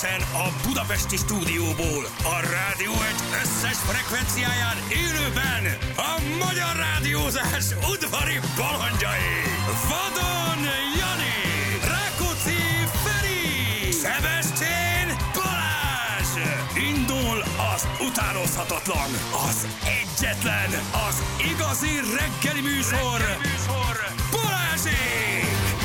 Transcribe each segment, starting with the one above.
Élőben a budapesti stúdióból, a rádió egy összes frekvenciáján élőben a magyar rádiózás udvari balandjai. Vadon Jani, Rákóczi Feri, Szebestén Balázs. Indul az utánozhatatlan, az egyetlen, az igazi reggeli műsor, Balázsék!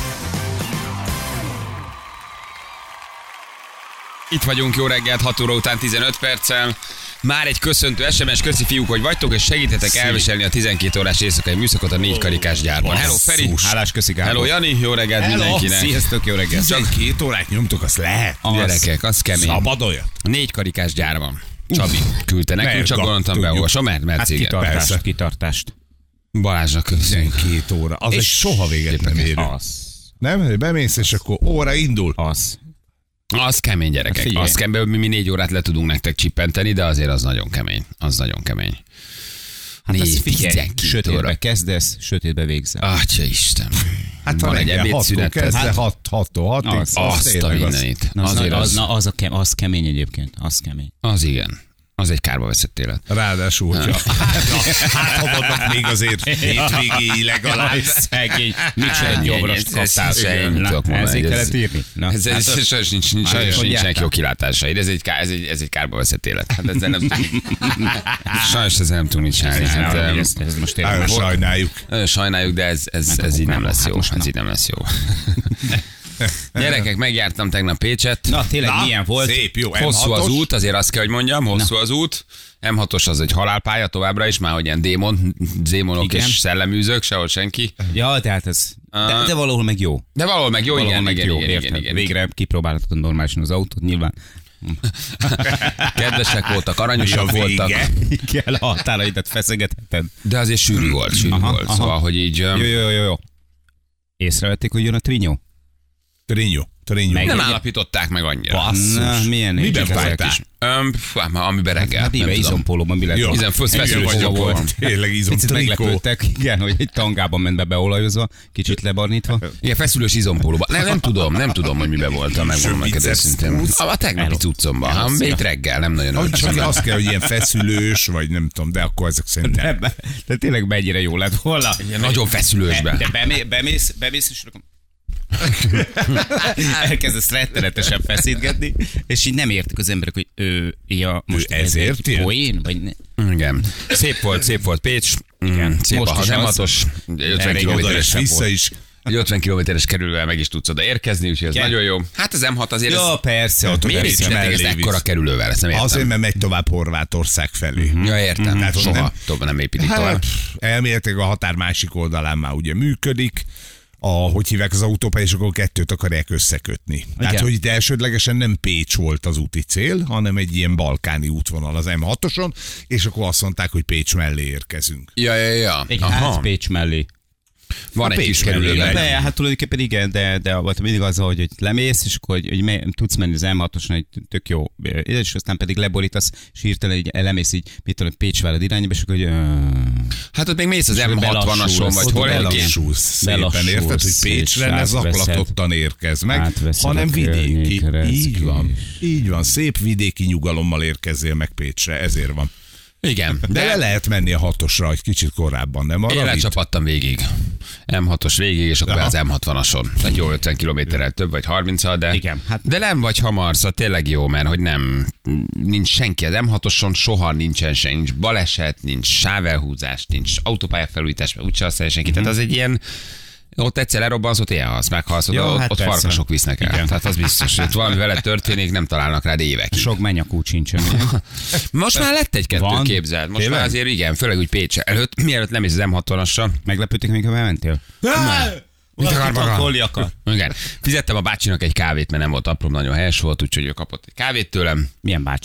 Itt vagyunk, jó reggelt, 6 óra után 15 perccel. Már egy köszöntő SMS, köszi fiúk, hogy vagytok, és segítetek elviselni a 12 órás éjszakai műszakot a 4 karikás gyárban. Hello Feri! Hálás, köszi Gábor. Hello Jani, jó reggelt mindenkinek! Sziasztok, jó reggelt! 12 órát nyomtok, azt lehet. Gyerekek, az kemény. Szabad olyan. 4 karikás gyárban. Csabi küldte nekünk, csak gondoltam beolvasom, mert céget. Kitartást. Balázsnak köszönjük. 12 óra. Az egy soha véget nem érő. Nem? Bemész, és akkor óra indul. Az kemény, gyerekek. Az kemény, mi 4 órát le tudunk nektek csippenteni, de azért az nagyon kemény. Az nagyon kemény. Hát azt figyelj, 12 sötétbe óra. kezdesz, sötétbe végzel. Atya Isten. Hát van egy ebédszüneted. kezdve 6-tól 6-ig. Azt a mindenit. Az kemény egyébként, az kemény. Az igen. Az egy kárba veszett élet. Ráadásul, hogyha hát ha vannak még azért hétvégéig legalább. Szegény, micsoda egy jobrost kaptál. Ezért kellett írni. Sajnos nincsenek jó kilátásaid. Ez egy kárba veszett élet. Hát ezzel nem sajnos ezzel nem tudunk mit csinálni. Ez most Nagyon sajnáljuk. Sajnáljuk, de ez így nem lesz jó. Ez így nem lesz jó. Gyerekek, megjártam tegnap Pécset. Na, tényleg milyen volt? Szép, jó. Hosszú M6-os. az út, azért azt kell, hogy mondjam, hosszú az út. M6-os az egy halálpálya továbbra is, már hogy ilyen démonok Igen. és szelleműzők, sehol senki. Ja, tehát ez... De valahol meg jó. De valahol meg jó, Valahol igen, meg igen, jó, igen, érted. igen, igen. Végre kipróbálhatod normálisan az autót, nyilván. Kedvesek voltak, aranyosak voltak, Kell a határaidat feszegetheted. de azért sűrű volt. Szóval, hogy így... Jó. Észrevették, hogy jön a Trinyó? Trinyó. Meg- Nem állapították meg annyira. Basszus. Milyen Miben ezek fájtál? is? Amiben reggel. Hát nem éve tudom. izompólóban mi lett? Jó. Izom, feszülős Hülye hova vagyok, volt. tényleg izom Picit trikó. meglepődtek, igen, hogy egy tangában ment be beolajozva, kicsit lebarnítva. Igen, feszülős izompólóban. Nem tudom, hogy miben voltam, megmondom neked biceps őszintén. cucc. A tegnapi cuccomban. Még reggel, nem nagyon Csak öltözöm. az kell, hogy ilyen feszülős, vagy nem tudom, de akkor ezek szerint nem. De tényleg mennyire jó lett volna. Ilyen nagyon feszülősbe. De bemész, és akkor elkezdesz rettenetesen feszítgetni, és így nem értik az emberek, hogy most Ő ezért egy jön? poén, vagy ne. Igen. Szép volt Pécs. Szép Most a is az. 6-os. 50 Oda kilométeres és vissza is. egy 50 kilométeres kerülővel meg is tudsz oda érkezni, úgyhogy ez Igen. nagyon jó. Hát az M6 azért... Ja, persze, ott Miért persze, építették ezt mellé ekkora visz. kerülővel? Ezt nem értem. Azért, mert megy tovább Horvátország felé. Ja, értem. Tehát ott Soha tovább nem építik tovább. Hát, elméletileg a határ másik oldalán már ugye működik, hogy hívják az autópálya, és akkor kettőt akarják összekötni. Tehát, hogy itt elsődlegesen nem Pécs volt az úti cél, hanem egy ilyen balkáni útvonal az M6-oson, és akkor azt mondták, hogy Pécs mellé érkezünk. Ja. egy Aha. hát Pécs mellé. Van egy Pécs kis mellé, kerülő. nem? De, hát tulajdonképpen igen, de volt mindig az, hogy lemész, és akkor tudsz menni az M6-oson, egy tök jó, és aztán pedig leborítasz, és hirtelen így lemész így, mit tudom, Pécsvárad irányba, és akkor, hogy Hát ott még mész az És M60-ason, vagy belassulsz, hol oda egyébként. Belassulsz szépen, Belassulsz, érted, hogy és Pécsre ne átveszed. zaklatottan érkezz meg, Átveszed hanem a vidéki. környékre, Így van, szép vidéki nyugalommal érkezzél meg Pécsre, ezért van. Igen. De le lehet menni a 6-osra egy kicsit korábban, nem? Én Arra lecsapattam végig. M6-os végig, és akkor Aha. az M60-ason. Tehát jó 50 kilométerrel több, vagy 30-al, de, Igen, hát- de nem vagy hamar, szóval tényleg jó, mert hogy nincs senki. Az M6-oson soha nincsen senki, nincs baleset, nincs sávelhúzás, nincs autópályafelújítás, mert úgyse használja senki. Tehát az egy ilyen, ott egyszer lerobbansz, ott élhalsz, meghalsz, Jó, ott, hát ott persze. farkasok visznek el. Igen. Tehát az biztos, hogy valami vele történik, nem találnak rád évekig. sok mennyakút sincsen. Most már lett egy-kettő Van? képzelt. Most Tényleg? már azért igen, főleg úgy Pécs előtt, mielőtt lemész az M60-asra. Meglepődtek, amikor bementél? Mit akar maga? Hol akar? Igen. Fizettem a bácsinak egy kávét, mert nem volt apróm, nagyon helyes volt, úgyhogy ő kapott egy kávét tőlem. Milyen bácsinak?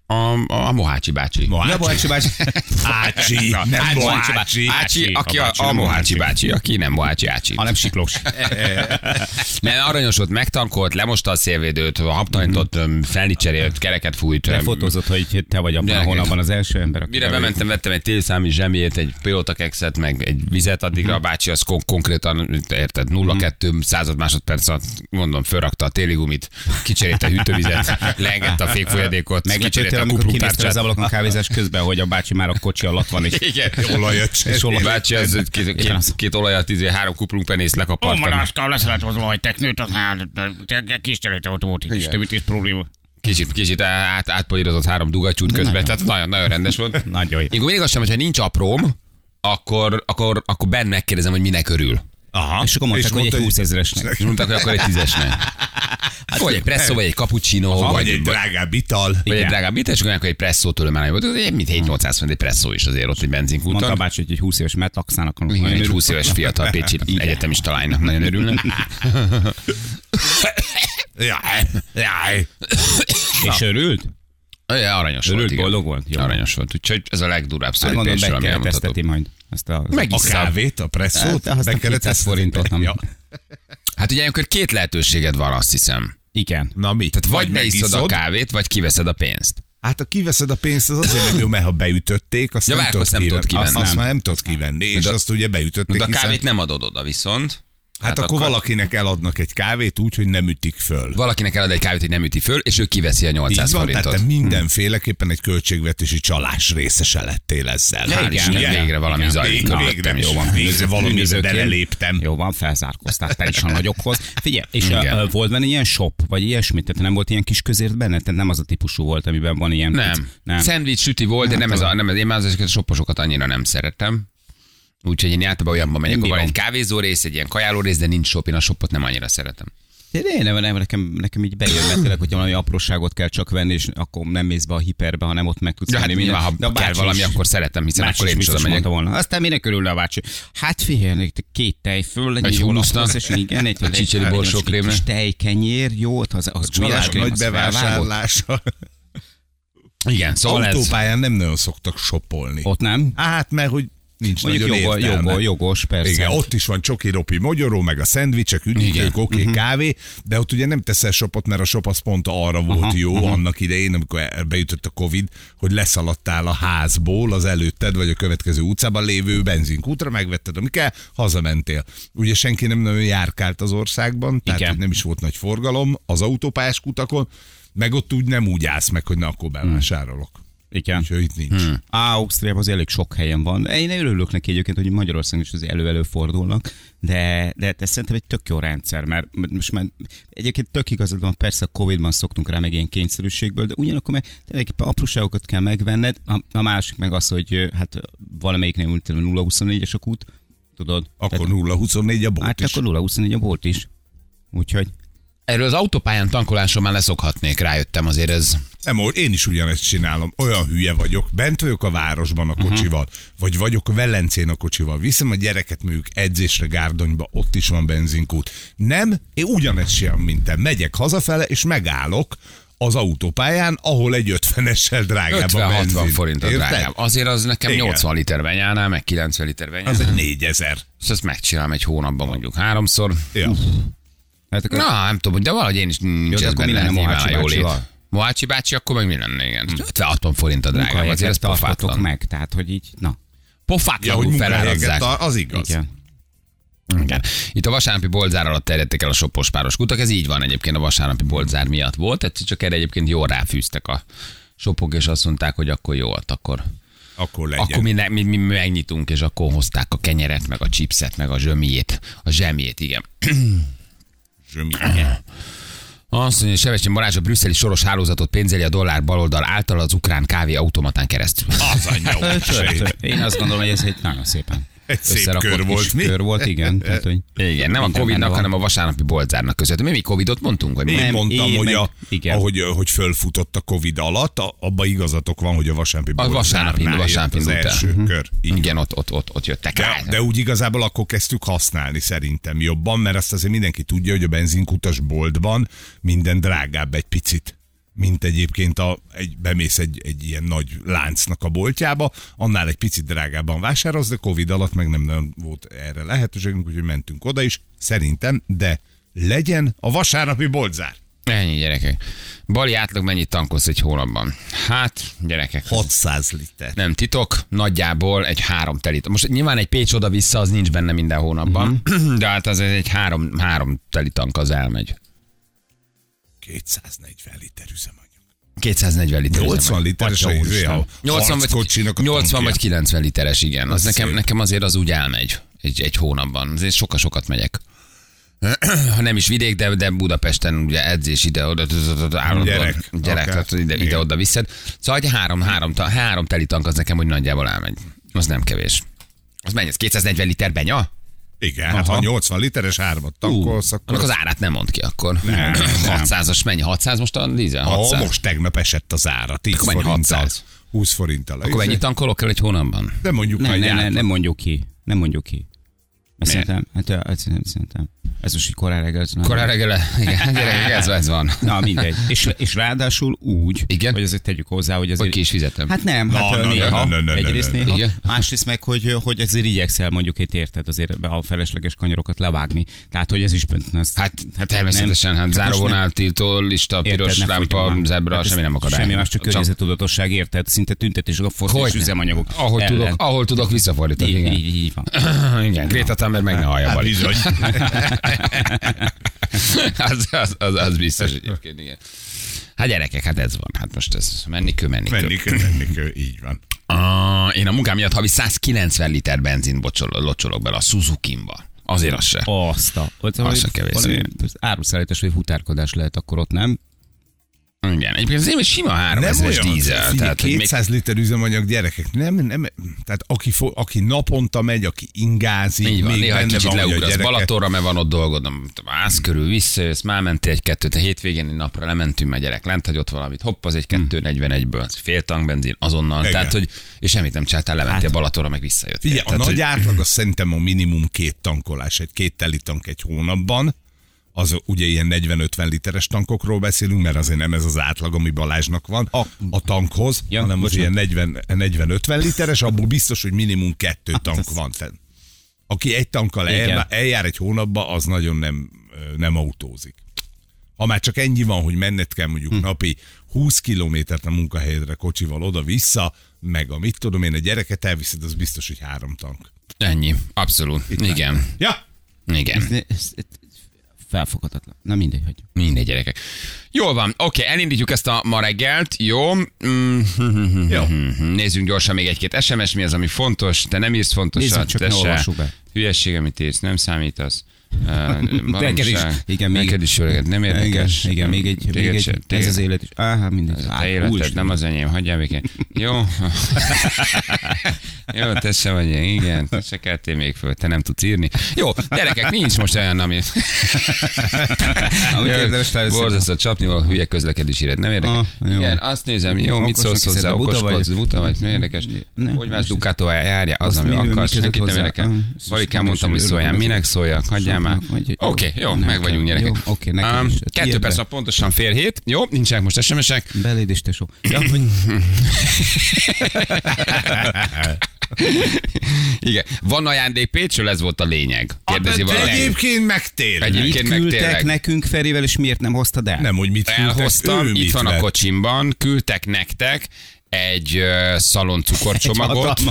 A Mohácsi bácsi. Mohácsi bácsi. Ácsi, nem Mohácsi. Ácsi, aki a Mohácsi bácsi, aki nem Mohácsi Ácsi. Hanem Siklós. Nem, aranyos volt, megtankolt, lemosta a szélvédőt, habtalanított, felnicserélt, kereket fújt. Lefotózott, hogy te vagy abban a hónapban az első ember. Mire bementem, vettem egy télszámi zsemjét, egy pilótakekszet, meg egy vizet, addigra a bácsi az konkrétan, érted, 0,2 század másodperc alatt, mondom, fölrakta a téligumit, kicserélte a hűtővizet, leengedte a fékfolyadékot, meglepődtél, amikor kinéztél az ablakon kávézás közben, hogy a bácsi már a kocsi alatt van, és igen, olajat. és a bácsi az két olajat, 3 kuplungpenészt lekapartam. Malaszkal leszállt hozzá, hogy teknőt, az kis cserélte automótik, és többit is probléma. Kicsit átpolírozott 3 dugattyút közben, tehát nagyon rendes volt. Nagyon jó. Én mindig azt sem, hogyha nincs apróm, akkor benne megkérdezem, hogy minek örül. Aha. És akkor mondták, hogy egy 20 000-esnek. És mondták, hogy akkor egy 10-esnek. Vagy egy presszó, vagy egy cappuccino, vagy egy drágább ital. Vagy egy drágább ital, és akkor egy presszó tőle már volt. Mint 7-800 forint egy presszó is azért ott egy benzinkúton. Mondta a bácsi, hogy egy 20 éves metlaxának. Egy 20 éves fiatal pécsi egyetemista lánynak nagyon örülnek. Jaj. És örült? Aranyos örült, volt, igen. Boldog volt? Jó. Aranyos volt, úgyhogy ez a legdurább szörnypésről, ami elmondható. majd. Ezt a kávét, a presszót, be kellett 200 forintot. Ja. Hát ugye ilyenkor 2 lehetőséged van, azt hiszem. Igen. Na mi? Tehát vagy megiszod a kávét, vagy kiveszed a pénzt. Hát ha kiveszed a pénzt, az azért nem jó, mert ha beütötték, azt nem tudod kivenni. Azt már nem tudod kivenni, és azt ugye beütötték. De a kávét nem adod oda viszont. Hát akkor valakinek eladnak egy kávét úgy, hogy nem ütik föl. Valakinek elad egy kávét, hogy nem üti föl, és ő kiveszi a 800 forintot. Tehát te mindenféleképpen egy költségvetési csalás részese lettél ezzel. Hál' Isten, végre valami zajlik. Végre, jó van. Végre valamiben beleléptem. Jó van, felzárkoztál te is a nagyokhoz. Figyelj, és volt benne ilyen shop, vagy ilyesmit? Tehát nem volt ilyen kis közért benne? Tehát nem az a típusú volt, amiben van ilyen... Nem. Szendvics süti volt, de nem ez én már ezeket a shopposokat annyira nem szeretem. Úgyhogy én általában olyanban megyek, hogy van egy kávézó rész, egy ilyen kajáló rész, de nincs shop, én a shopot nem annyira szeretem. Nekem így bejön, mert tényleg, hogy valami apróságot kell csak venni, és akkor nem mész be a hiperbe, hanem ott meg tudsz venni mindent. Ha kell valami, akkor szeretem, hiszen akkor én is oda megyek. Volna. Aztán minek örülne a bácsi? Hát figyelj, 2 tej föl, egy húszna, és igen, egy csicseri borsókrémre. Kis tejkenyér, jó, az csalás nagy bevásárlása. Igen, szóval autópályán nem nagyon szoktak shopolni. Ott nem? Hát, mert hogy nincs nagyon értelme. Jogos, persze. Igen, ott is van csoki, ropi, mogyoró, meg a szendvicsek, üdítők, oké, kávé, de ott ugye nem teszel shopot, mert a shop az pont arra volt jó annak idején, amikor beütött a Covid, hogy leszaladtál a házból az előtted, vagy a következő utcában lévő benzinkútra, megvetted, ami kell, hazamentél. Ugye senki nem nagyon járkált az országban, tehát nem is volt nagy forgalom az autópályás kutakon, meg ott úgy nem úgy állsz meg, hogy na akkor bevásárolok. Igen. És itt nincs. Ausztriában az elég sok helyen van. Én örülök neki egyébként, hogy Magyarországon is azért előfordulnak, de szerintem egy tök jó rendszer, mert most már egyébként tök igazad van, persze a Covid-ban szoktunk rá meg ilyen kényszerűségből, de ugyanakkor meg tényleg apróságokat kell megvenned. A másik meg az, hogy hát valamelyiknél 0-24-es a kút, tudod. Akkor 0-24 a bolt hát is. Akkor 0-24 a bolt is. Úgyhogy erről az autópályán tankoláson már leszokhatnék, rájöttem azért ez. Nem, én is ugyanezt csinálom. Olyan hülye vagyok. Bent vagyok a városban a kocsival, vagy vagyok Velencén a kocsival. Viszem a gyereket mondjuk edzésre Gárdonyba, ott is van benzinkút. Nem, én ugyanezt csinálom, mint te. Megyek hazafele, és megállok az autópályán, ahol egy 50-essel drágább a benzin. 50-60 forint a drágább. Azért az nekem 80 liter benyálnál, meg 90 liter benyálnál. Az egy 4000. És ezt megcsinálom egy hónapban mondjuk 3-szor. Ja. Hát akkor... Na, nem tudom, de valahogy én is nincs ez benne, lehet nyilván a jólét. Mohácsi bácsi, akkor meg mi lenne, igen. 50-60 forint a drágább, azért ez pofátlan. Meg, tehát hogy így, na. Pofátlanul felárazzák. Az igaz. Igen. Itt a vasárnapi boltzár alatt terjedtek el a soppos páros kutak, ez így van egyébként, a vasárnapi boltzár miatt volt, tehát csak erre egyébként jól ráfűztek a sopok, és azt mondták, hogy akkor jó, akkor legyen. Akkor mi megnyitunk, és akkor hozták a kenyeret, meg a chipset, meg a zsemjét, igen. Azt mondja, hogy Sebestyén Balázs a brüsszeli soros hálózatot pénzeli a dollár baloldal által az ukrán kávé automatán keresztül. Az anyja. Én azt gondolom, hogy ez egy nagyon szépen egy szép kör volt. Kör volt, igen. Tehát, hogy igen, nem a Covid-nak, hanem a vasárnapi boltzárnak között. Mi Covidot mondtunk? Vagy én mondtam, hogy fölfutott a Covid alatt, abban igazatok van, hogy a vasárnapi boltzárnál az első kör. Igen, ott jöttek rá. De úgy igazából akkor kezdtük használni szerintem jobban, mert azt azért mindenki tudja, hogy a benzinkutas boltban minden drágább egy picit. mint egyébként bemész egy ilyen nagy láncnak a boltjába, annál egy picit drágában vásárolsz, de Covid alatt meg nem volt erre lehetőségünk, úgyhogy mentünk oda is, szerintem, de legyen a vasárnapi boltzár. Ennyi, gyerekek. Bali átlag mennyit tankolsz egy hónapban? Hát, gyerekek. 600 liter. Nem titok, nagyjából egy 3 telit. Most nyilván egy Pécs oda-vissza, az nincs benne minden hónapban, de hát az egy 3 teli tank az elmegy. 240 liter üzemanyag. 240 liter. 80 literes a 80 vagy 90 literes, igen. Az nekem azért az úgy elmegy egy hónapban. Azért sokat megyek. Ha nem is vidék, de Budapesten ugye edzés ide-oda, gyerek, okay. Tehát ide-oda viszed. Szóval egy 3 teli tank az nekem, hogy nagyjából elmegy. Az nem kevés. Az mennyi? Ez 240 liter benya? Igen, hát ha 80 literes 3-at tankolsz, akkor... Annak az árát nem mond ki akkor. Nem. 600-as mennyi? 600 most a dízel? 600? Most tegnap esett az ára, 10 forinttal. 20 forinttal. Akkor mennyit tankolok el egy hónapban? De mondjuk nem mondjuk ki. Nem mondjuk ki. Szerintem. Ez most így korán reggel. Korán reggel, igen, ez van. Na mindegy. És ráadásul úgy, igen? hogy azért tegyük hozzá, hogy azért... Hogy ki is fizetem. Hát nem, egyrészt néha. Másrészt meg, hogy ezért igyekszel mondjuk itt érted azért a felesleges kanyarokat levágni. Tehát, hogy ez is... Hát természetesen, záróvonáltiltó, lista, piros lámpa, zebra, semmi nem akadály. Semmi más, csak környezettudatosság, érted? Szinte tüntetések a fosszilis üzemanyagok. Ahol tudok visszafordítani. Így van. Igen, Greta Thunberg meg ne hallja Bali. az biztos egyébként, igen. Hát gyerekek, hát ez van. Hát most ez menni kő, így van. Én a munkám miatt havi 190 liter benzin locsolok bele a Suzuki-ba. Azért az se. Az se kevés. Áruszállítás vagy futárkodás lehet akkor ott, nem? Igen, egyébként azért sima 3000-es dízel. Tehát 200 liter üzemanyag, gyerekek, nem, tehát aki naponta megy, aki ingázik, így van, még néha egy benne kicsit van, hogy a leugrasz gyereke... Balatonra, mert van ott dolgod, ász körül visszajössz, már mentél egy-kettőt, a hétvégén egy napra lementünk, mert gyerek lent hagyott valamit, hopp, az egy 241-ből, fél tank benzin azonnal, igen. Tehát, hogy, és semmit nem csináltál, lementél Balatonra, meg visszajött. Figyelj, a nagy átlag az szerintem a minimum 2 tankolás, egy 2 teli tank egy hónapban. Az ugye ilyen 40-50 literes tankokról beszélünk, mert azért nem ez az átlag, ami Balázsnak van a tankhoz, hanem az ilyen 40-50 literes, abból biztos, hogy minimum 2 tank van fenn. Aki egy tankkal eljár egy hónapba, az nagyon nem autózik. Ha már csak ennyi van, hogy menned kell mondjuk napi 20 kilométert a munkahelyedre kocsival oda-vissza, meg a mit tudom én, a gyereket elviszed, az biztos, hogy 3 tank. Ennyi, abszolút. Igen. Ja. Igen. Felfoghatatlan. Na mindegy, hogy. Mindegy, gyerekek. Jól van, oké, elindítjuk ezt a ma reggelt, jó? Jó. Nézzünk gyorsan még egy-két SMS, mi az, ami fontos, te nem írsz fontosat, csak ne olvassuk be. Hülyesség, amit írsz, nem számítasz. Neked is öreget, nem érdekes. Igen, még egy ez az élet is. Mindegy. Te életed, nem az enyém, hagyjál békén. Jó. Jó, te se vagy ilyen, igen, te se keltél még föl, te nem tudsz írni. Jó, gyerekek, nincs most olyan, ami... Borzasztó csapnival hülye közlekedés íred, nem érdekes? Igen, azt nézem, jó, mit szólsz hozzá, okoskodsz, buta vagy, nem érdekes? Hogy más Ducatóval járja, az, ami akarsz, senkit nem érdekel. Valikán mondtam, hogy szóljál, minek szóljak, hagyjál már. Oké, jó, meg vagyunk, gyerekek. 2 perc, pontosan 6:30. Jó, nincsenek most SMS-ek. Beléd is, tesó. Igen. Van ajándék Pécsről, ez volt a lényeg. Kérdezi valaki. Egyébként meg tényleg. Mit küldtek nekünk Ferivel, és miért nem hoztad el? Nem, hogy mit küldtek. Elhoztam, itt van a kocsimban, küldtek nektek egy szaloncukorcsomagot.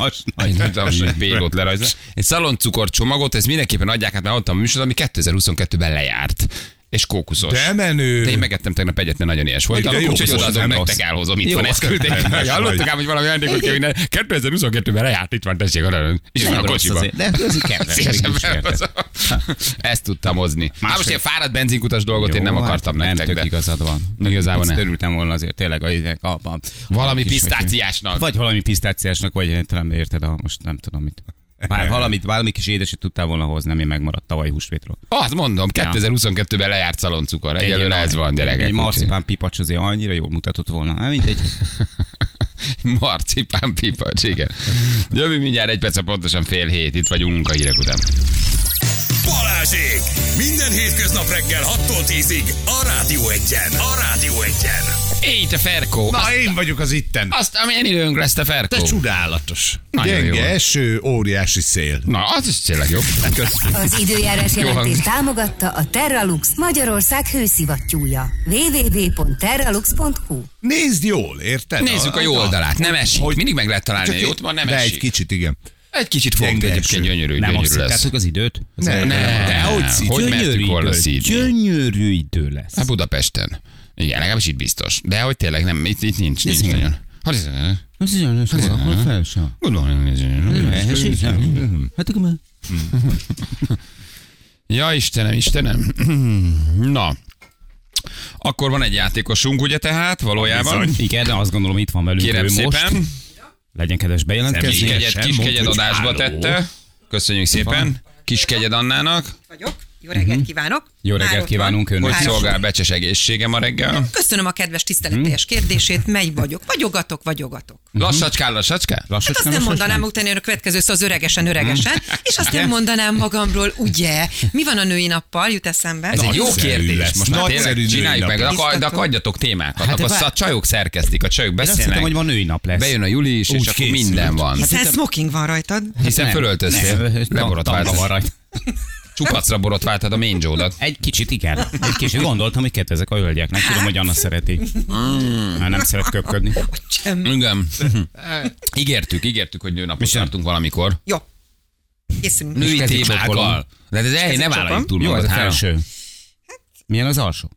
Egy szaloncukorcsomagot, ez mindenképpen adják át, mert adtam a műsor, ami 2022-ben lejárt. És kókuszos. De menő. De én megettem tegnap egyet, mert nagyon ilyes voltam. Úgyhogy odaadom, nektek elhozom. Itt van, ezt küldték. Hallottuk ám, hogy valami ajándékot kell minden. 2022-ben lejárt, itt van, tessék, és van a kocsiban. De ez kedves. Ezt tudtam hozni. Most ilyen fáradt benzinkutas dolgot én nem akartam nektek. Nem, tök igazad van. Igazából nem. Örültem volna azért tényleg. Valami pisztáciásnak. Vagy valami pisztáciásnak, vagy talán érted, most nem tudom mit. Valami kis édeset tudtál volna hozni, ami megmaradt tavaly húsvétról. Azt mondom, 2022-ben lejárt szaloncukor. Egyelőre ez van, gyerekek. Egy marcipán pipacs azért annyira jól mutatott volna. Nem mindegy. Marcipán pipacs, igen. Jövő mindjárt 1 perc, pontosan 6:30. Itt vagyunk munkahírek után. Balázsék! Minden hétköznap reggel 6-tól 10-ig a Rádió Egyen. Éj, te Ferkó! Na, én vagyok az itten. Azt, amilyen időnk lesz, te Ferkó. De csodálatos. Nagyon Gyenge jó. eső, óriási szél. Na, az is tényleg jó. Köszönöm. Az időjárás Jó jelentés hang. támogatta a Terralux Magyarország hőszivattyúja. www.terralux.hu. Nézd jól, érted? Nézzük a jó oldalát. Nem esik. Hogy- Mindig meg lehet találni a Csak jót, ma nem de esik. egy kicsit, igen. Egy kicsit fogunk Gyenge egyébként, eső. gyönyörű, Nem azt gyönyörű lesz. hittátok az időt? Nem, Dehogy szíd. hogy mertük volna szídni? Gyönyörű idő lesz. Hát Budapesten. Igen, legalábbis itt biztos. De hogy tényleg nem, itt nincs igen. nagyon. Hogy ez? Az is olyan, hol felsa. Hát akkor már. Ja, Istenem. Na. Akkor van egy játékosunk, ugye tehát, valójában. Igen, de azt gondolom itt van velünk Kérem ő most. szépen. Legyen kedves bejelentkezni. Kiskegyed adásba tette. Köszönjük szépen. Kiskegyed Annának. Vagyok. Jó reggelt kívánok. Jó Már reggelt ott kívánunk van. önnek. Hogy Már ott szolgál Becses egészsége ma reggel? Köszönöm a kedves tiszteletteljes kérdését, megy vagyok. Vagyogatok. Lassacskán. Hát azt nem mondanám, utána jön a következő szó az öregesen, és azt nem mondanám magamról, ugye? Mi van a női nappal, jut eszembe? Ez egy jó Nagyszerű kérdés. lesz. Most már Nagyszerű tényleg csináljuk női meg, nap. de akkor adjatok témákat. Hát Akkor a csajok szerkesztik, a csajok Én azt hittem, beszélnek. hogy ma női nap lesz. Bejön a Juli is, és Úgy akkor készült. minden van. Hiszen smoking van rajtad. Hiszen Nem, fölöltöztél. nem, tanga van Leborotváltad. rajta. Csupacra borotváltad a main Joe-dat. Egy kicsit igen. Egy kicsit gondoltam, hogy kedvezek a hölgyeknek. Tudom, hogy Anna szereti. Már nem szeret köpködni. Sem. Igen. Ígértük, hogy nőnapot tartunk valamikor. Jó. Készülünk. Női kezdjük témákkal. csókolom. De ez ne csókolom. vállaljuk túl Jó, az magad. a felső. Milyen az alsó?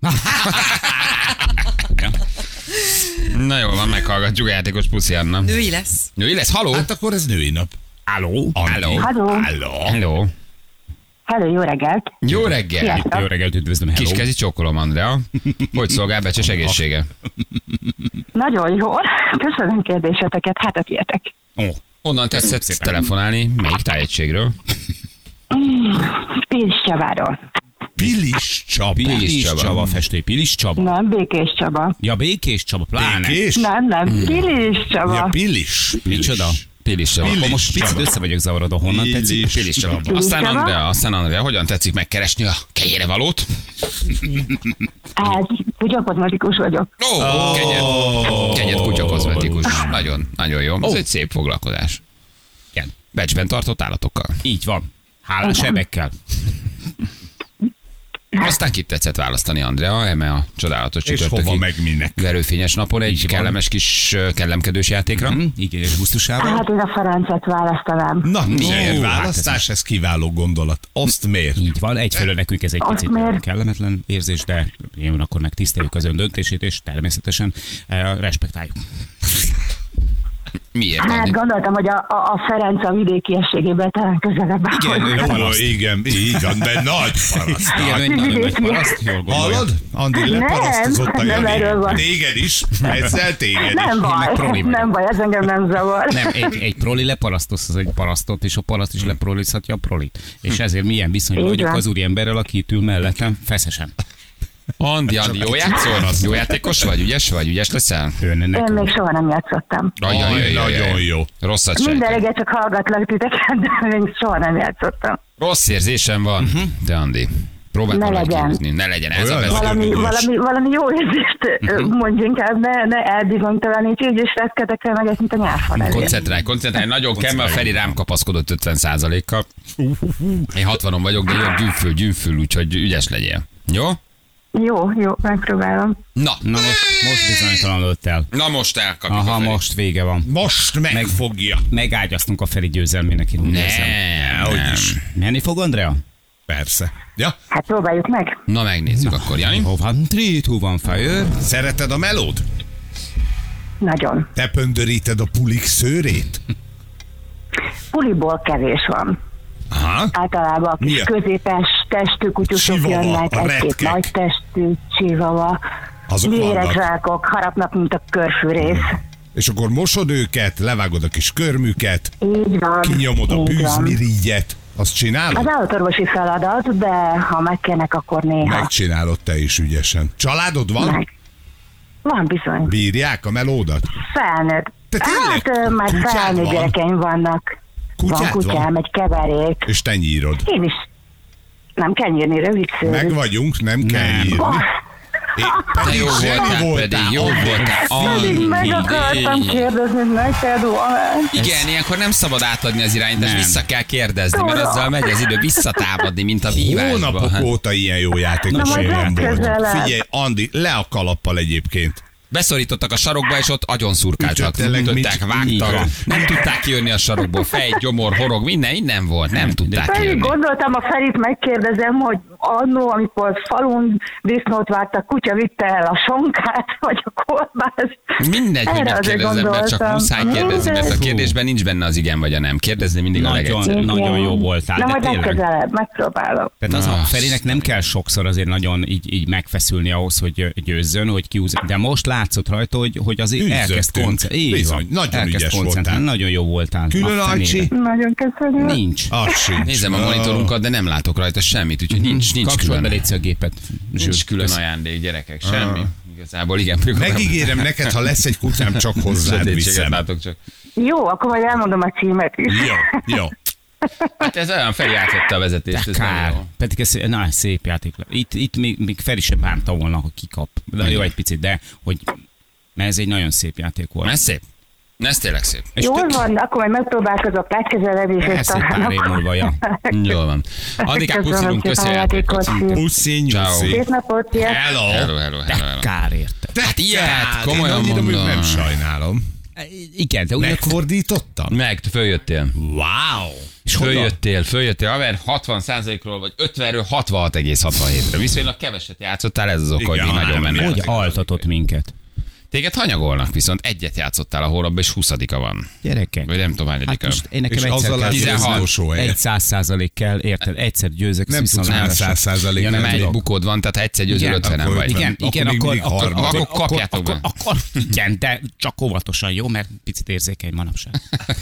Ja. Na jó, van, meghallgatjuk a játékos Puszi Anna. Női lesz. Női lesz, haló? Hát akkor ez női nap. Halló? Halló. Halló. Hello. Hello, jó reggelt! Jó reggel. Sziasztok. Jó reggelt, üdvözlöm, hello. Kiskezi csókolom, Andrea. Hogy szolgál Becses egészsége? Nagyon jó. Köszönöm kérdéseteket, hát akiyetek. Ó, Honnan tetszett telefonálni? Melyik tájegységről? Pilis Csabáról. Pilis Csaba. Pilis Csaba. Csaba, festő. Pilis Csaba. Nem, Békés Csaba. Ja, Békés Csaba, pláne. Békés? Nem, Pilis Csaba. Ja, Pilis. Micsoda? Pilis Csaba. Akkor most picit össze vagyok zavarodva. Honnan tetszik? Pilis Csaba. Aztán Andrea, hogyan tetszik megkeresni a kegyére valót? Hát, kutyakozmetikus vagyok. Ó, kegyed kutyakozmetikus. Nagyon, nagyon jó. Ez egy szép foglalkozás. Igen. Becsben tartott állatokkal. Így van. Hálás ebekkel. Aztán kit tetszett választani, Andrea, eme a csodálatos És hova csütörtöki meg minek? verőfényes napon egy Így van. kellemes kis kellemkedős játékra. Igen, és gusztusával. Hát én a Ferencet választanám. Na, Miért? miért? Hát Választás, ez kiváló gondolat. Azt miért? Így van, egyfelől nekünk ez egy Azt picit miért? kellemetlen érzés, de én akkor meg tiszteljük az ön döntését, és természetesen respektáljuk. Miért? Hát Andi? gondoltam, hogy a Ferenc a vidékiességében talán közelebb áll. Igen, ő Jó, paraszt. igen, így van, de nagy paraszt. Igen, ő egy nagyon nagy paraszt, jól gondolja. Hallod? Andi leparasztozott a nem erről Jani. van. Téged is, ezzel téged Nem is. meg proli baj, vagyok. nem baj, ez engem nem zavar. Nem, egy proli leparasztosz, az egy parasztot, és a paraszt is leprolizhatja a prolit. És ezért milyen viszonyban Így vagyok van. az úriemberrel, aki itt ül mellettem, feszesen. Andi, jó játszol? Jó játékos vagy? Ügyes leszel? Ő ennek. Én még soha nem játszottam. Nagyon jó. Rosszat Minden sejtek. reggel csak hallgatlak titeket, de még soha nem játszottam. Rossz érzésem van, de Andi. Próbáld Ne valahogy legyen. kihúzni. Ne legyen ez a Olyan vezető. Valami jó érzést mondj inkább, ne elbizonytalaníts, így is reszkedek el meg, mint a nyárfal elé. Koncentrálj. Nagyon kell, mert a Feri rám kapaszkodott 50%-kal. Én 60-on vagyok, de jön gyűnfül, úgyhogy ügyes legyél. Jó? Jó, megpróbálom. Na Most bizonytalanodott el. Na most elkapjuk Aha, a Feri. most vége van. Most megfogja. Megágyaztunk a Feri győzelmének. Én úgy érzem. Nem. Menni fog, Andrea? Persze. Ja, Hát próbáljuk meg. Na megnézzük akkor, Jani. Hova van? 3, 2, 1, fire. szereted a melód? Nagyon. Te pöndöríted a pulik szőrét? Puliból kevés van. Aha. Általában a Mi kis a- középes testű kutyusok Chihuahua, jönnek, a egy-két retkek. nagy testű csivava, Azok vannak. méregzsákok, harapnak, mint a körfűrész. És akkor mosod őket, levágod a kis körmüket, Így van. kinyomod a így van. bűzmirigyet. Azt csinálod? Az állatorvosi feladat, de ha megkérnek, akkor néha. Megcsinálod te is ügyesen. Családod van? Meg. Van bizony. Bírják a melódat? Felnőtt. Te tényleg? Hát már Kutyád felnőtt van? gyerekeim vannak. Kutyád Van kutyám, van? egy keverék. És te nyírod. Én is. Nem kell nyírni, rövid szőrű. Meg vagyunk, nem kell írni. Te jó voltál, pedig jó voltál. Pedig meg akartam kérdezni neked volna. Igen, ilyenkor nem szabad átadni az irányítást, vissza kell kérdezni, mert azzal megy az idő visszatámadni, mint a vívásba. Hónapok óta ilyen jó játékos Na, majd nem volt. legközelebb. Figyelj, Andi, le a kalappal egyébként. Beszorítottak a sarokba, és ott agyon szurkáltak, Ütöttek, ütöttek, vágtak, nem tudták kijönni a sarokból, fej, gyomor, horog, minden volt, nem tudták Pedig kijönni. gondoltam, a Ferit megkérdezem, hogy annó, amikor falun disznót vágtak, kutya vitte el a sonkát, vagy a kolbászt. Mindegy, hogy Erre azért megkérdezem, mert csak gondoltam. muszáj kérdezni, mert a kérdésben nincs benne az igen vagy a nem. Kérdezni mindig a legegyszerűbb. Nagyon jó voltál, Na, de majd tényleg. legközelebb, megpróbálom. Tehát az a Na. Ferinek nem kell sokszor azért nagyon így megfeszülni ahhoz, hogy győzzön, hogy kiúzzon. De most látszott rajta, hogy azért elkezd Üzzöttünk. koncentrálni. Bizony, nagyon ügyes voltál. Nagyon jó voltál. Külön A fenében. ajcsi? Nagyon köszönöm. Nincs. Az sincs. Nézem a monitorunkat, de nem látok rajta semmit, úgyhogy nincs Kapcsolod be külön. légy a gépet. Nincs külön ajándék, gyerekek, semmi. Igazából igen. Megígérem neked, ha lesz egy kutyám, csak hozzád Sötétséget viszem. látok csak. Jó, akkor majd elmondom a címet is. Jó. Hát ez olyan Feri átadta a vezetést, ez nem Kár. jó. Pedig ez szép játék. Itt még Feri sem bánta volna, ha kikap. De jó egy picit, de hogy mert ez egy nagyon szép játék volt. Ez szép. Ez tényleg szép. És Jól van, akkor majd megpróbálkozok legközelebb is. Ez egy pár év múlva, ja. Jól van. Addig puszilunk, köszi a játékot. Puszi, Ciao. nyuszi. Szép napot, sziasztok! Hello. Kár érte. Hát ilyet, komolyan Én annyira mondom. nem sajnálom. Igen, de ugyanakkor... Megfordítottam? Meg, följöttél. Wow! És Följöttél, haver 60%-ról vagy 50-ről 66,67-re. Viszonylag keveset játszottál, ez az oka, hogy Igen, még nagyon nem mennek. hogy altatott minket. Téged hanyagolnak, viszont egyet játszottál a hónapban, és 20-a van. Gyerekek. Vagy nem tudom, Hát hányadika. most én nekem És egyszer azzal kell látod, győzni. az utolsó helyet. Egy 100% kell, érted? Egyszer győzök, Nem tudsz viszont már ráadásul- 100%. Ja, Nem, nem egy tudok. bukód van, tehát ha egyszer győzöl, Igen, 50 akkor vagy. Igen, Akkor igen, még akkor, mindig harmadik. Akkor kapjátok be. akkor, igen, de csak óvatosan, jó, mert picit érzékeny manapság.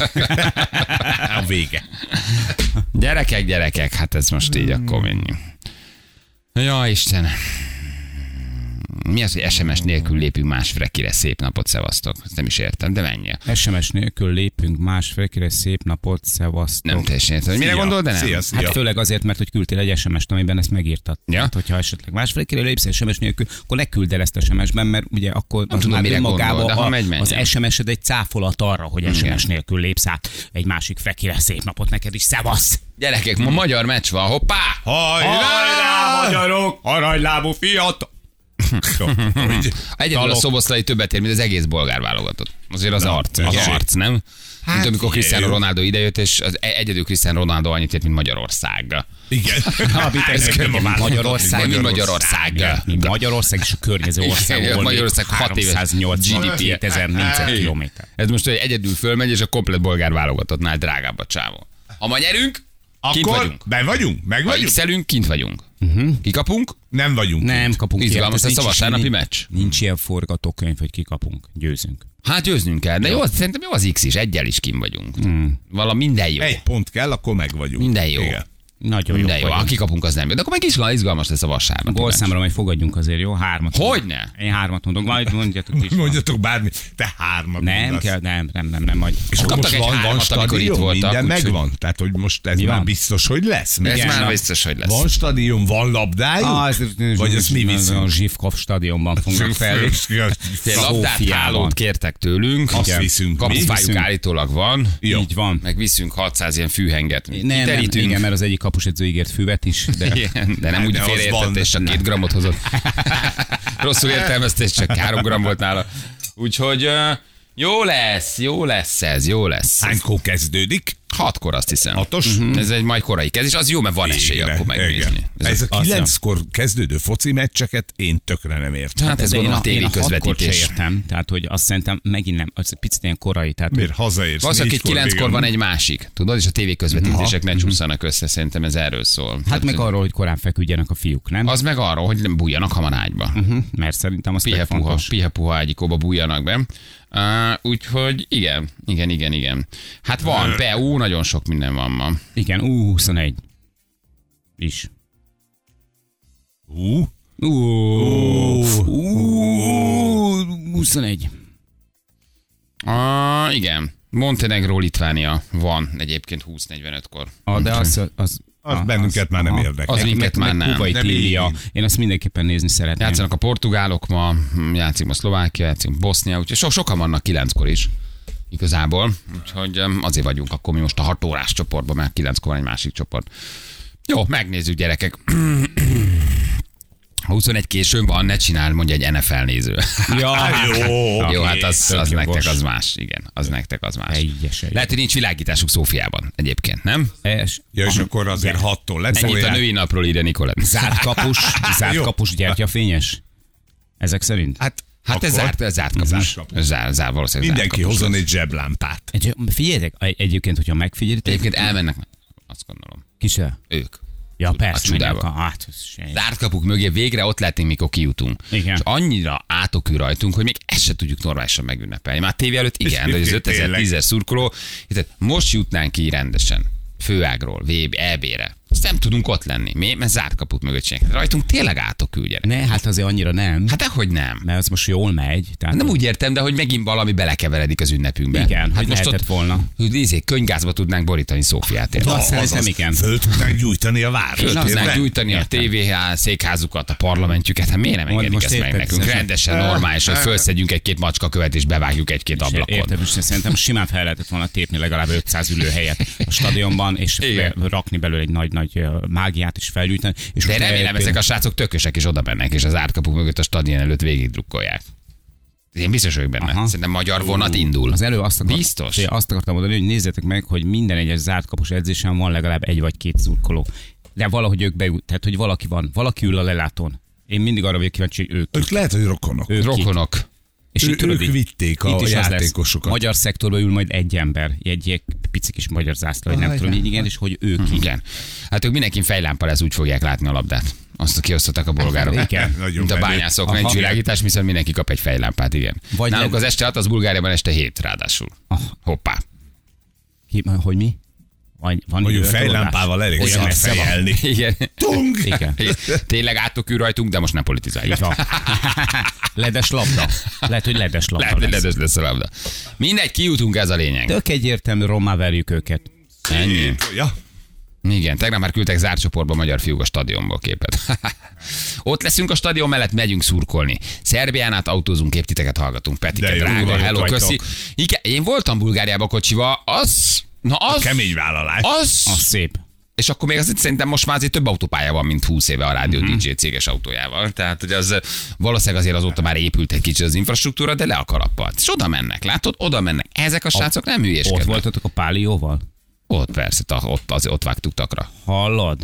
A vége. Gyerekek, hát ez most így akkor menjünk. Ja, Isten. Mi az, hogy SMS nélkül lépünk más frekire? Szép napot, szevasztok. Ezt nem is értem, de menjél. SMS nélkül lépünk másfélkére, szép napot, szevasztok. Nem teljesen értem, hogy mire gondol, de nem. Szia. Hát főleg azért, mert hogy küldtél egy SMS-t, amiben ezt megírtad. Ja. Hát, hogyha esetleg másfélkére lépsz SMS nélkül, akkor ne küld el ezt SMS-ben, mert ugye akkor az tudom, már mire önmagában gondol, de ha megy, menjen. az SMS-ed egy cáfolat arra, hogy SMS nélkül lépsz át egy másik fekire, szép napot neked is, szevasz! Gyerekek, ma magyar meccs van, hoppá! Hajrá! magyarok! Aranylábú fiatal! Egyedül a Szoboszlai többet ér, mint az egész bolgár válogatott. Azért az arc, nem? Mint amikor Cristiano Ronaldo idejött, és az egyedül Cristiano Ronaldo annyit ért, mint Magyarország. Igen. Magyarország, Mint Magyarország. mint Magyarország és a környező országokból Magyarország 6 éves 382 ezer négyzetkilométer. Ez most, hogy egyedül fölmegy, és a komplet bolgár válogatottnál drágább a csávó. Ha ma nyerünk, kint Akkor vagyunk. ben vagyunk? Meg Ha vagyunk? x-elünk, kint vagyunk. Kikapunk? Nem vagyunk. Nem kapunk Izgalmas ilyet, lesz a nincs- vasárnapi meccs. Nincs ilyen forgatókönyv, hogy kikapunk. Győzünk. Hát győznünk kell, de jó, szerintem jó az X is, egyel is kim vagyunk. Vala minden jó. Egy pont kell, akkor meg vagyunk. Minden jó. Igen. Nagyon jó. Minden jó, ha kikapunk, az nem jó. De akkor meg is izgalmas lesz a A vasárnapi meccs. gólszámra majd fogadjunk azért, jó? 3-at. Hogyne? Én 3-at mondok, majd mondjatok is. Mondjatok bármi. Te hármat Nem mondasz. kell, nem, majd. És akkor Kaptak most egy van hármat, amikor itt stadion, voltak, minden úgyhogy- megvan. Tehát, hogy most ez Mi már van? biztos, hogy lesz. Ez Igen, már na. biztos, hogy lesz. Van stadion, van labdájuk? Vagy ezt mi A viszünk? Zsivkov stadionban fognak fel. Egy labdát, Szófiában. hálót kértek tőlünk. Azt viszünk. Kapufájuk Viszünk. állítólag van. Jó. Így van. Meg viszünk 600 ilyen fűhenget. Nem, Kiterítünk. igen, mert az egyik kapusedző ígért füvet is, de Igen, de nem úgy de az félreértett, van. és csak 2 grammot hozott. Rosszul értelmezte, és csak 3 gram volt nála. Úgyhogy jó lesz ez, jó lesz. Hánykor kezdődik? 6-kor azt hiszem. 6-os? Ez egy majd korai kezdés, az jó, mert van esély Igen, akkor megnézni. igen. Ez a 9-kor kezdődő foci meccseket én tökre nem értem. Hát ez de gondolom a tévé én a 6-kort se közvetítés. értem, tehát hogy azt szerintem megint nem, az picit ilyen korai, tehát Miért hazaérsz? Valószínűleg, hogy 9-kor vége van egy másik, tudod, és a tévé közvetítések ne csúszanak össze, szerintem ez erről szól. hát meg arról, hogy korán feküdjenek a fiúk, nem? Az meg arról, hogy nem bújjanak hamar ágyba. Mert szerintem az tök Pihepuha, fontos. pihepuha ágyikóba bújjanak be. Úgyhogy igen. Hát van, nagyon sok minden van ma. Igen, 21 is. 21. Igen. Montenegro, Litvánia van egyébként 20:45-kor. De az Az bennünket már nem érdekel. Az minket már nem. Kuwait, Nem Líbia. így. Én azt mindenképpen nézni szeretném. Játszanak a portugálok ma, játszik ma Szlovákia, játszik Bosznia, úgyhogy sokan vannak 9-kor is. Igazából. Úgyhogy azért vagyunk akkor mi most a 6 órás csoportban, mert 9-kor van egy másik csoport. Jó, megnézzük gyerekek. Ha 21 későn van, ne csinál, mondja egy NFL néző. Ja, Jó, hát az tök nektek jogos. az más. Igen, az nektek az más. Egyes. Lehet, hogy nincs világításuk Szófiában egyébként, nem? Ja, és akkor azért 6-tól Ennyit a letolják. női napról írja Nikolett. Zárt kapus gyertyafényes? Ezek szerint? Hát ez Akkor- zárt kapus. Zárt kapus. Ez zárt, valószínűleg Mindenki zárt kapus. hozzon egy zseblámpát. Figyeljetek, egyébként, hogyha megfigyelitek, Egyébként elmennek, azt gondolom. kise? Ők. Ja, persze, csodába. menjek hát, ez se- Zárt kapuk mögé végre ott lehetünk, mikor kijutunk. Igen. És annyira átokül rajtunk, hogy még ezt se tudjuk normálisan megünnepelni. Már tévé előtt igen, de az 5010-es szurkoló, tehát most jutnánk ki rendesen. Főágról, EB-re. Azt nem tudunk ott lenni. Mi? Mert zárt kaput mögött csinálják. Rajtunk tényleg átokül, gyerek. Ne, hát azért annyira nem. Hát dehogy nem. Mert az most jól megy. Tehát Nem úgy értem, de hogy megint valami belekeveredik az ünnepünkbe. Igen, hogy lehetett volna. Hogy könyvgázba tudnánk borítani Szófiát. érted? Azt szerintem igen. Föl tudnánk gyújtani a várost. Föl tudnánk érted? gyújtani a Értem. TVH székházukat, a parlamentjüket, hát miért nem engedik Most ezt meg érted, nekünk? szerintem- Rendesen, normális, hogy felszedjünk egy-két macskakövet és bevágjuk egy-két ablakon. Értem, és szerintem simán fel lehetett volna tépni legalább 500 ülőhelyet a stadionban, és Igen. rakni belőle egy nagy mágiát is felgyújtani. És De most remélem, eljöttél- ezek a srácok tökösek és oda mennek, és az árkapuk mögött a stadion előtt végig drukkolják. Én biztos vagyok benne. Aha. Szerintem magyar vonat indul. Az elő azt, Biztos. Azt akartam mondani, hogy nézzétek meg, hogy minden egyes zárt kapus edzésen van legalább 1 vagy 2 szurkoló. De valahogy ők bejut, tehát hogy valaki ül a lelátón. Én mindig arra vagyok kíváncsi, hogy Ők lehet, hogy rokonok. ők kik. Rokonok. És így tudod, Ők így- vitték a itt is az lesz. játékosokat. Magyar szektorban ül majd egy ember, egy pici kis magyar zászló, vagy nem tudom, így igen, és hogy ők ki. Igen. Hát ők mindenki fejlámpa lesz, úgy fogják látni a labdát. Azt kiosztották a bolgárok. Igen. Nagyon Mint a menő. bányászok, Aha. nincs világítás, viszont mindenki kap egy fejlámpát, igen. Vagy Nálunk nem- az este 6, az Bulgáriában este 7 ráadásul. Hoppá. Hogy mi? Van Mondjuk idő, fejlámpával elég Olyan szar messze van. fejelni. Igen. Tung! Igen. Tényleg átokül rajtunk, de most nem politizáljuk. Így van. Ledes labda. Lehet, hogy ledes labda Lehet, hogy lesz. ledös lesz a labda. Mindegy, kijutunk, ez a lényeg. Tök egyértelmű, rommá verjük őket. Ennyi. Ja. Igen, tegnap már küldtek zárt csoportba magyar fiúk a stadionból képet. Ott leszünk a stadion mellett, megyünk szurkolni. Szerbián át autózunk, képtiteket hallgatunk. Petike, De jó, drága, de jók hello, vagytok. köszi. Igen, én voltam Bulgáriába kocsival, az... Na az... Kemény vállalás. Az... Az szép. És akkor még azért szerintem most már azért több autópálya van, mint 20 éve a Rádió DJ céges autójával. Tehát, hogy az valószínűleg azért azóta már épült egy kicsit az infrastruktúra, de le a kalappal. És oda mennek, látod? Oda mennek. Ezek a srácok nem Ott hülyéskednek. voltatok a Pálióval? Ott persze, ott vágtuk takra. Hallod?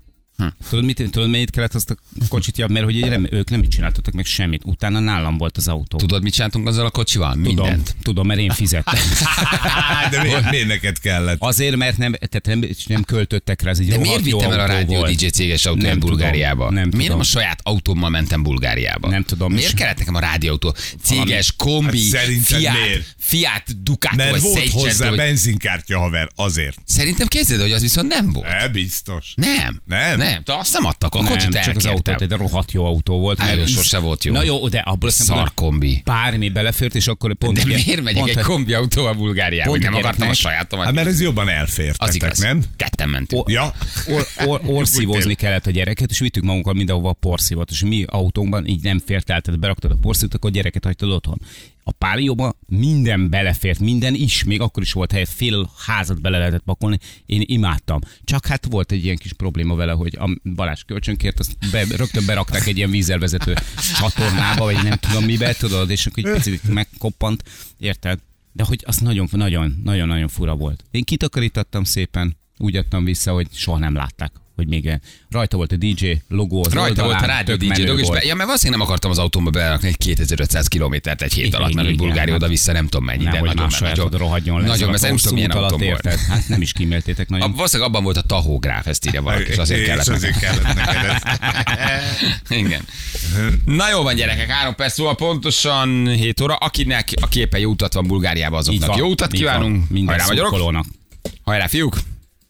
Tudod, miért kellett azt a kocsit javni? Mert hogy így ők nem csináltattak meg semmit. Utána nálam volt az autó. Tudod, mit csináltunk azzal a kocsival? Mindent. Tudom, mert én fizettem. De miért neked kellett? Azért, mert nem költöttek rá, ez egy De rohadt miért jó vittem el a autó Rádió volt. DJ céges autóját Nem tudom, Bulgáriába? nem Miért tudom. nem a saját autómmal mentem Bulgáriába? Nem tudom. Miért És- kellett nekem a rádióautó? Céges, kombi, Hát szerinted Fiat, miért? Fiat Ducato, Mert vagy volt Seicento, hozzá vagy... benzinkártya, haver, azért. Szerintem képzeld, hogy az viszont nem volt. Biztos. Nem. Nem? Nem. Te azt nem adtak, a kocsit Nem, csak az autó, elkértem. de rohadt jó autó volt. Erről mert sose volt jó. Na jó, de abból a szempontból Szar kombi. bármi belefért, és akkor pont... De ugye- miért megyek pont, egy kombi autóval Bulgáriába? Pont Hogy nem a akartam a gyereknek- sajátomat? Hát mert ez jobban Az elfértetek, igaz. nem? Ketten mentünk. Ja. Orszívózni kellett a gyereket, és vittük magunkkal mindenhova a porszívót, és mi autónkban így nem fért el, tehát beraktad a porszívót, akkor a gyereket hagytad otthon. A Pálióban minden belefért, minden is, még akkor is volt hely, fél házat bele lehetett pakolni, én imádtam. Csak hát volt egy ilyen kis probléma vele, hogy a Balázs kölcsönkért, azt rögtön berakták egy ilyen vízzelvezető csatornába, vagy nem tudom mibe, tudod, és akkor egy picit megkoppant, érted? De hogy az nagyon fura volt. Én kitakarítattam szépen, úgy adtam vissza, hogy soha nem látták, hogy még rajta volt a DJ logó az Rajta oldalán, volt a rádió tök DJ menő dolog, és volt. ja, mert valószínűleg nem akartam az autómba berakni egy 2500 kilométert egy hét alatt, mert hogy Igen, Bulgária hát oda-vissza nem tudom mennyi, de Nehogy nagyon más sajátod rohadjon lesz. Nagyon, mert nem tudom, milyen autóm volt. érted. Hát nem is kíméltétek nagyon. Valószínűleg abban volt a tahógráf, ezt írja valaki, és azért kellett És azért nekem. kellett neked ez. Igen. Na jó van, gyerekek, 3 perc szóval pontosan 7 óra. Aki éppen jó utat van Bulgáriába, Így azoknak van, jó utat így van. kívánunk. Minden Hajrá, magyarok! szurkolónak. Hajrá, fiúk!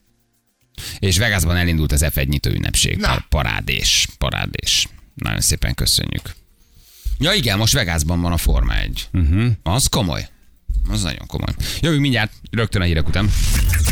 És Vegasban elindult az F1 nyitó ünnepség. Na. Parádés. Nagyon szépen köszönjük. Ja igen, most Vegasban van a Forma 1. Az komoly. Az nagyon komoly. Jövünk mindjárt, rögtön a hírek után.